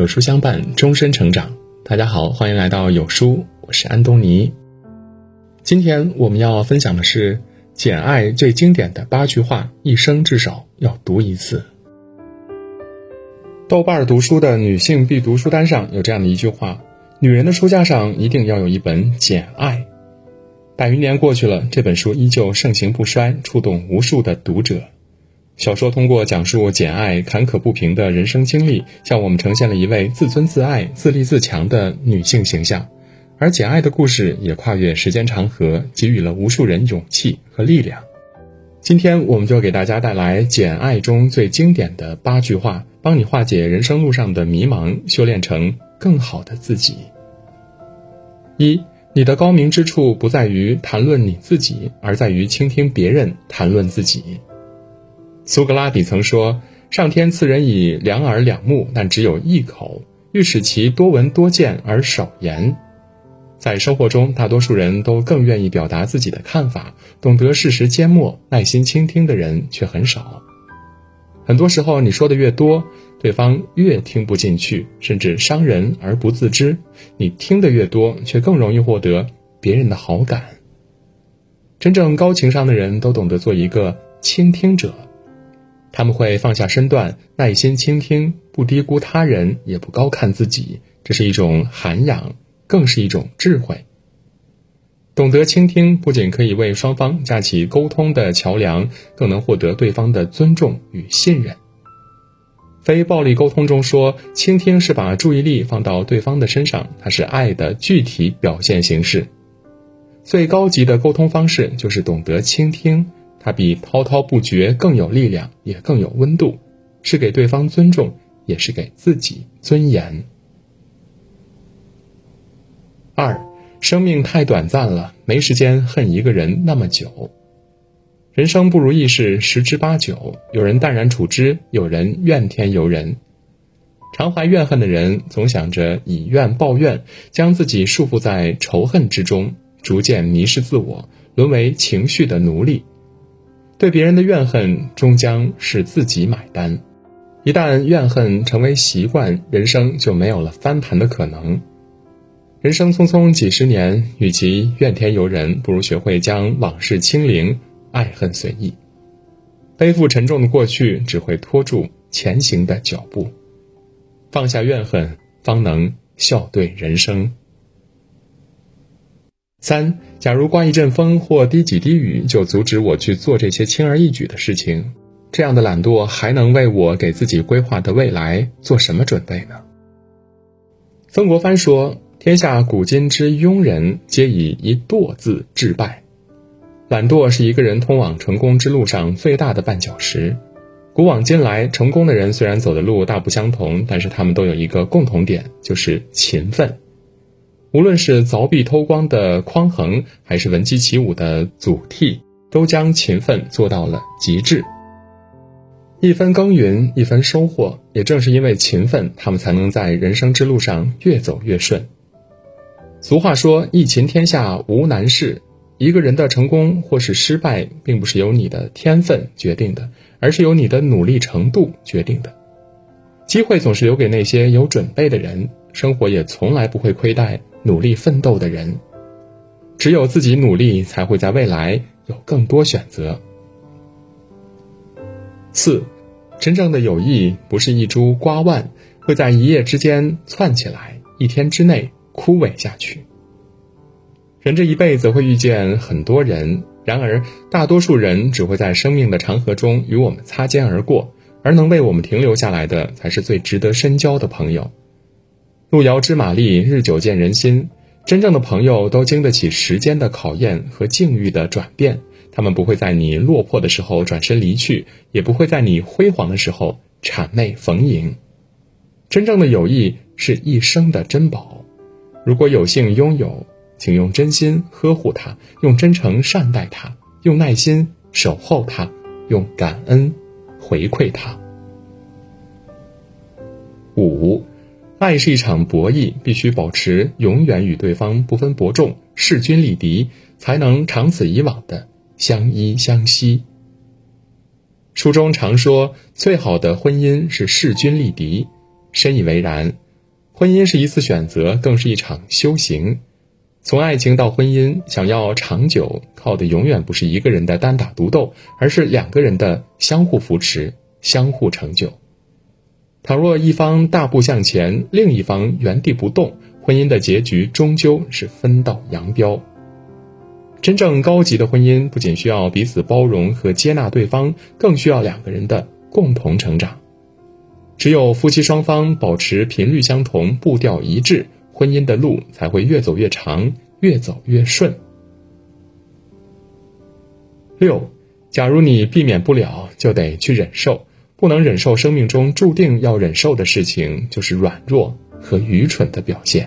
有书相伴，终身成长。大家好，欢迎来到有书，我是安东尼。今天我们要分享的是简爱最经典的8句话，一生至少要读一次。豆瓣读书的女性必读书单上有这样的一句话：女人的书架上一定要有一本简爱。100余年过去了，这本书依旧盛行不衰，触动无数的读者。小说通过讲述简爱坎坷不平的人生经历，向我们呈现了一位自尊自爱、自立自强的女性形象。而简爱的故事也跨越时间长河，给予了无数人勇气和力量。今天我们就给大家带来简爱中最经典的8句话，帮你化解人生路上的迷茫，修炼成更好的自己。1. 你的高明之处不在于谈论你自己，而在于倾听别人谈论自己。苏格拉底曾说，上天赐人以2耳2目，但只有1口，欲使其多闻多见而少言。在生活中，大多数人都更愿意表达自己的看法，懂得适时缄默，耐心倾听的人却很少。很多时候，你说的越多，对方越听不进去，甚至伤人而不自知。你听得越多，却更容易获得别人的好感。真正高情商的人都懂得做一个倾听者，他们会放下身段，耐心倾听，不低估他人，也不高看自己，这是一种涵养，更是一种智慧。懂得倾听不仅可以为双方架起沟通的桥梁，更能获得对方的尊重与信任。非暴力沟通中说，倾听是把注意力放到对方的身上，它是爱的具体表现形式。最高级的沟通方式就是懂得倾听，它比滔滔不绝更有力量，也更有温度，是给对方尊重，也是给自己尊严。2. 生命太短暂了，没时间恨一个人那么久。人生不如意事10之8九，有人淡然处之，有人怨天尤人。常怀怨恨的人总想着以怨报怨，将自己束缚在仇恨之中，逐渐迷失自我，沦为情绪的奴隶。对别人的怨恨终将是自己买单。一旦怨恨成为习惯，人生就没有了翻盘的可能。人生匆匆几十年，与其怨天尤人，不如学会将往事清零，爱恨随意。背负沉重的过去，只会拖住前行的脚步。放下怨恨，方能笑对人生。3. 假如刮一阵风或滴几滴雨，就阻止我去做这些轻而易举的事情，这样的懒惰还能为我给自己规划的未来做什么准备呢？曾国藩说，天下古今之庸人，皆以一惰字致败。懒惰是一个人通往成功之路上最大的绊脚石。古往今来，成功的人虽然走的路大不相同，但是他们都有一个共同点，就是勤奋。无论是凿壁偷光的匡衡，还是闻鸡起舞的祖逖，都将勤奋做到了极致。一分耕耘一分收获，也正是因为勤奋，他们才能在人生之路上越走越顺。俗话说，一勤天下无难事。一个人的成功或是失败，并不是由你的天分决定的，而是由你的努力程度决定的。机会总是留给那些有准备的人，生活也从来不会亏待努力奋斗的人。只有自己努力，才会在未来有更多选择。4. 真正的友谊不是一株瓜蔓，会在一夜之间窜起来，一天之内枯萎下去。人这一辈子会遇见很多人，然而大多数人只会在生命的长河中与我们擦肩而过，而能为我们停留下来的才是最值得深交的朋友。路遥知马力，日久见人心。真正的朋友都经得起时间的考验和境遇的转变，他们不会在你落魄的时候转身离去，也不会在你辉煌的时候谄媚逢迎。真正的友谊是一生的珍宝，如果有幸拥有，请用真心呵护它，用真诚善待它，用耐心守候它，用感恩回馈它。5. 爱是一场博弈，必须保持永远与对方不分伯仲，势均力敌，才能长此以往的相依相惜。书中常说，最好的婚姻是势均力敌，深以为然。 婚姻是一次选择，更是一场修行。从爱情到婚姻，想要长久，靠的永远不是一个人的单打独斗，而是两个人的相互扶持，相互成就。倘若一方大步向前，另一方原地不动，婚姻的结局终究是分道扬镳。真正高级的婚姻不仅需要彼此包容和接纳对方，更需要两个人的共同成长。只有夫妻双方保持频率相同，步调一致，婚姻的路才会越走越长，越走越顺。6. 假如你避免不了，就得去忍受。不能忍受生命中注定要忍受的事情，就是软弱和愚蠢的表现。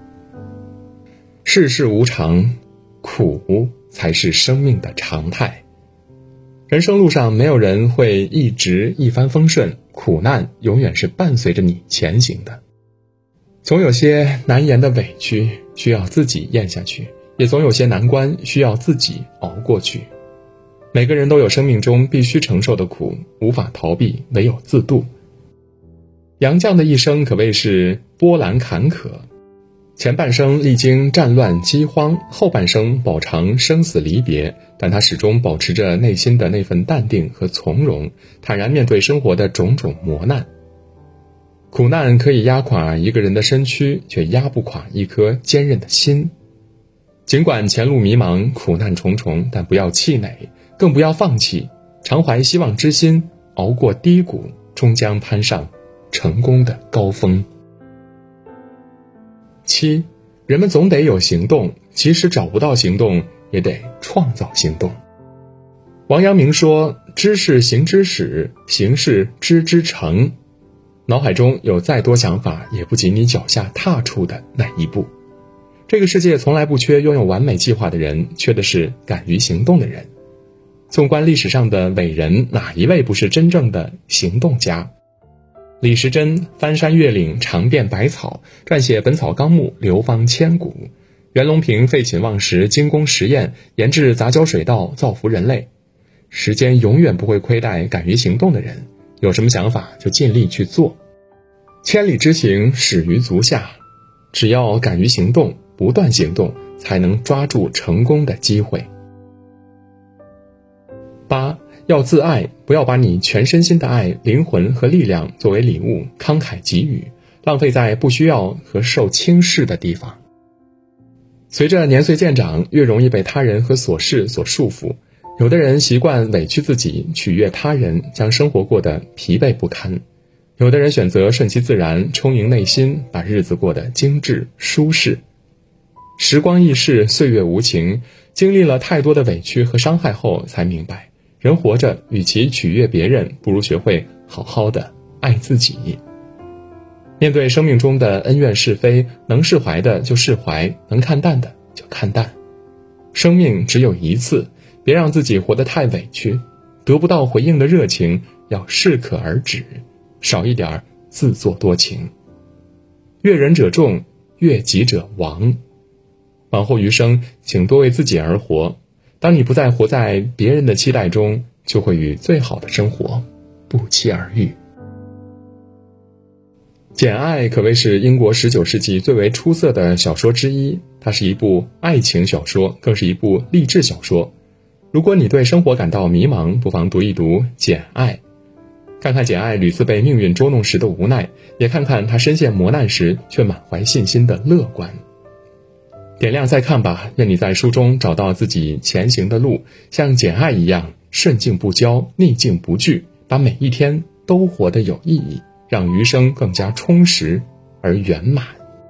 世事无常，苦才是生命的常态。人生路上没有人会一直一帆风顺，苦难永远是伴随着你前行的。总有些难言的委屈需要自己咽下去，也总有些难关需要自己熬过去。每个人都有生命中必须承受的苦，无法逃避，唯有自渡。杨绛的一生可谓是波澜坎坷，前半生历经战乱饥荒，后半生饱尝生死离别，但他始终保持着内心的那份淡定和从容，坦然面对生活的种种磨难。苦难可以压垮一个人的身躯，却压不垮一颗坚韧的心。尽管前路迷茫，苦难重重，但不要气馁，更不要放弃，常怀希望之心，熬过低谷，终将攀上成功的高峰。7. 人们总得有行动，即使找不到行动，也得创造行动。王阳明说，知是行之始，行是知之成。脑海中有再多想法，也不及你脚下踏出的那一步。这个世界从来不缺拥有完美计划的人，缺的是敢于行动的人。纵观历史上的伟人，哪一位不是真正的行动家？李时珍翻山越岭，尝遍百草，撰写《本草纲目》，流芳千古。袁隆平废寝忘食，精工实验，研制杂交水稻，造福人类。时间永远不会亏待敢于行动的人，有什么想法就尽力去做。千里之行，始于足下。只要敢于行动，不断行动，才能抓住成功的机会。8. 要自爱，不要把你全身心的爱、灵魂和力量作为礼物慷慨给予，浪费在不需要和受轻视的地方。随着年岁渐长，越容易被他人和琐事所束缚。有的人习惯委屈自己，取悦他人，将生活过得疲惫不堪。有的人选择顺其自然，充盈内心，把日子过得精致舒适。时光易逝，岁月无情，经历了太多的委屈和伤害后，才明白，人活着，与其取悦别人，不如学会好好的爱自己。面对生命中的恩怨是非，能释怀的就释怀，能看淡的就看淡。生命只有一次，别让自己活得太委屈，得不到回应的热情要适可而止，少一点自作多情。悦人者众，悦己者亡。往后余生，请多为自己而活。当你不再活在别人的期待中，就会与最好的生活不期而遇。《简爱》可谓是英国19世纪最为出色的小说之一，它是一部爱情小说，更是一部励志小说。如果你对生活感到迷茫，不妨读一读《简爱》，看看简爱屡次被命运捉弄时的无奈，也看看他深陷磨难时却满怀信心的乐观。点亮再看吧，愿你在书中找到自己前行的路，像简爱一样顺境不骄，逆境不惧，把每一天都活得有意义，让余生更加充实而圆满。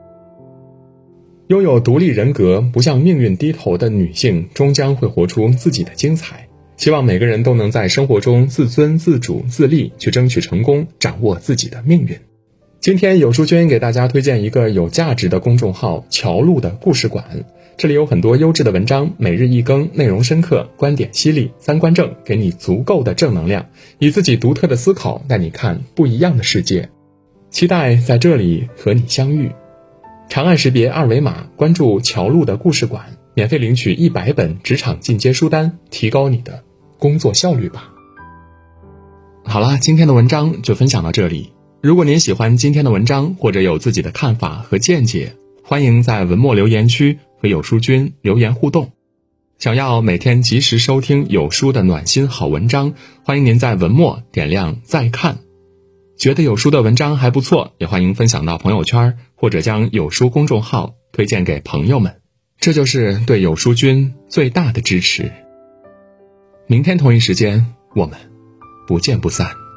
拥有独立人格，不向命运低头的女性，终将会活出自己的精彩。希望每个人都能在生活中自尊、自主、自立，去争取成功，掌握自己的命运。今天有书君给大家推荐一个有价值的公众号乔路的故事馆，这里有很多优质的文章，每日一更，内容深刻，观点犀利，三观正，给你足够的正能量，以自己独特的思考带你看不一样的世界。期待在这里和你相遇。长按识别二维码，关注乔路的故事馆，免费领取100本职场进阶书单，提高你的工作效率吧。好啦，今天的文章就分享到这里， 如果您喜欢今天的文章，或者有自己的看法和见解，欢迎在文末留言区和有书君留言互动。想要每天及时收听有书的暖心好文章，欢迎您在文末点亮再看。觉得有书的文章还不错，也欢迎分享到朋友圈，或者将有书公众号推荐给朋友们，这就是对有书君最大的支持。明天同一时间，我们不见不散。